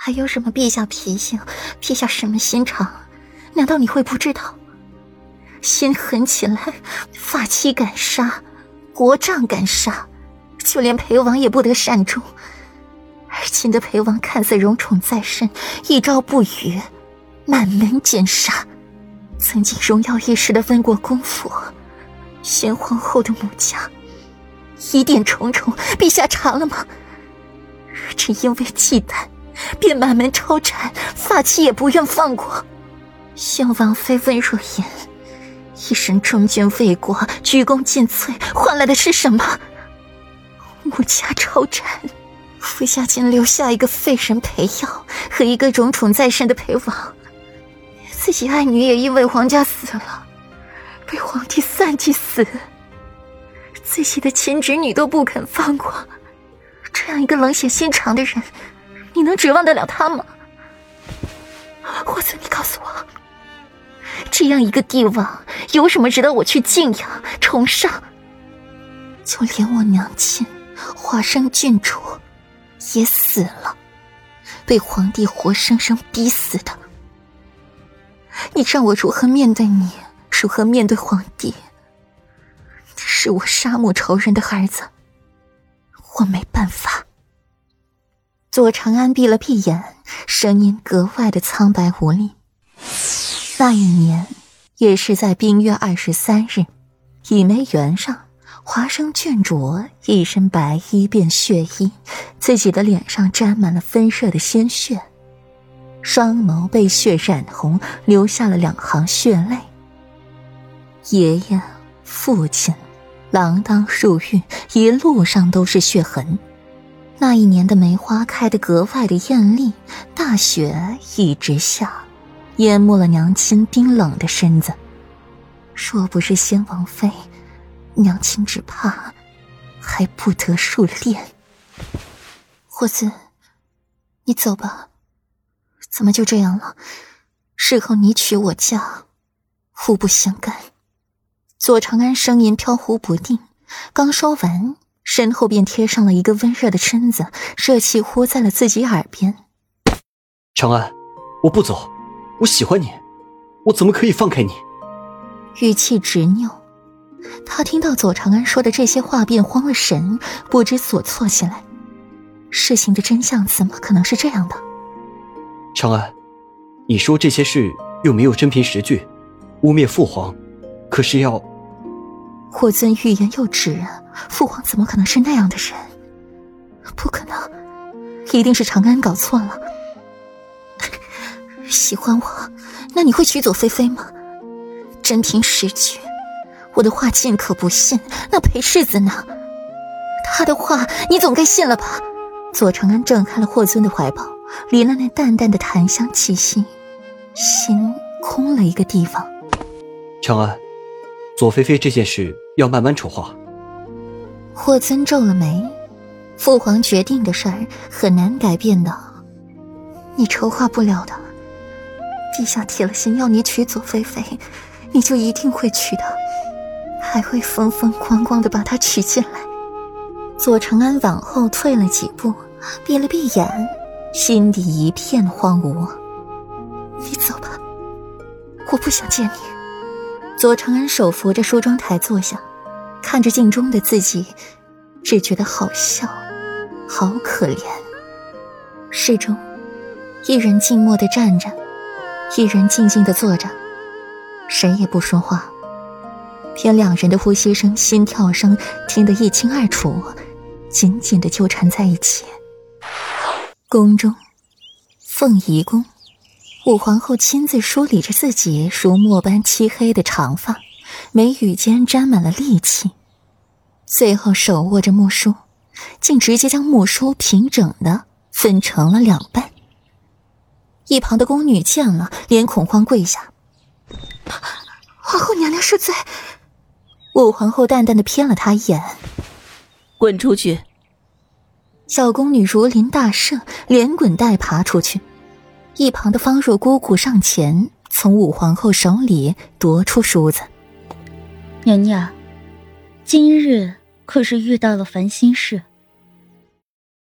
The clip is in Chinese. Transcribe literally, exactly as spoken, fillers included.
还有什么陛下脾性，陛下什么心肠，难道你会不知道？心狠起来，发妻敢杀，国丈敢杀，就连裴王也不得善终。而今的裴王看似荣宠在身，一朝不语，满门奸杀。曾经荣耀一时的温国公府，先皇后的母家，疑点重重，陛下查了吗？只因为忌惮，便满门抄斩，发妻也不愿放过。向王妃温若言一身忠君为国，鞠躬尽瘁，换来的是什么？母家抄斩，父下仅留下一个废人裴耀和一个荣宠在身的裴王，自己爱女也因为皇家死了，被皇帝算计死，自己的亲侄女都不肯放过。这样一个冷血心肠的人，你能指望得了他吗？霍尊，你告诉我，这样一个帝王有什么值得我去敬仰崇尚？就连我娘亲华生郡主也死了，被皇帝活生生逼死的。你让我如何面对你，如何面对皇帝？你是我杀母仇人的儿子，我没办法。左长安闭了闭眼，声音格外的苍白无力。那一年也是在冰月二十三日，倚梅园上，华生郡主一身白衣变血衣，自己的脸上沾满了分热的鲜血，双眸被血染红，流下了两行血泪。爷爷、父亲锒铛入狱，一路上都是血痕。那一年的梅花开得格外的艳丽，大雪一直下，淹没了娘亲冰冷的身子。若不是先王妃，娘亲只怕还不得入殓。霍尊，你走吧。怎么就这样了？事后你娶我嫁，互不相干。左长安声音飘忽不定，刚说完，身后便贴上了一个温热的身子，热气呼在了自己耳边。 长安，我不走，我喜欢你，我怎么可以放开你？ 语气执拗。他听到左长安说的这些话便慌了神，不知所措起来。事情的真相怎么可能是这样的？ 长安，你说这些事又没有真凭实据，污蔑父皇，可是要…… 霍尊欲言又止，父皇怎么可能是那样的人？不可能，一定是长安搞错了。喜欢我，那你会娶左妃妃吗？真凭实据，我的话尽可不信，那裴世子呢？他的话你总该信了吧？左长安挣开了霍尊的怀抱，离了那淡淡的檀香气息，心空了一个地方。 长安，左妃妃这件事要慢慢筹划。 霍尊皱了眉，父皇决定的事儿很难改变的，你筹划不了的。陛下铁了心要你娶左妃妃，你就一定会娶的，还会风风光光的把她娶进来。左长安往后退了几步，闭了闭眼，心底一片荒芜。你走吧，我不想见你。左长安手扶着梳妆台坐下，看着镜中的自己，只觉得好笑，好可怜。室中，一人静默地站着，一人静静地坐着，谁也不说话。偏两人的呼吸声、心跳声听得一清二楚，紧紧地纠缠在一起。宫中，凤仪宫，武皇后亲自梳理着自己如墨般漆黑的长发，眉宇间沾满了戾气，最后手握着木梳，竟直接将木梳平整地分成了两半。一旁的宫女见了，连恐慌跪下：“皇后娘娘恕罪。”武皇后淡淡地瞥了她一眼：“ 滚出去！” 小宫女如临大赦，连滚带爬出去。一旁的方若姑姑上前，从武皇后手里夺出梳子：“ 娘娘，今日可是遇到了烦心事。”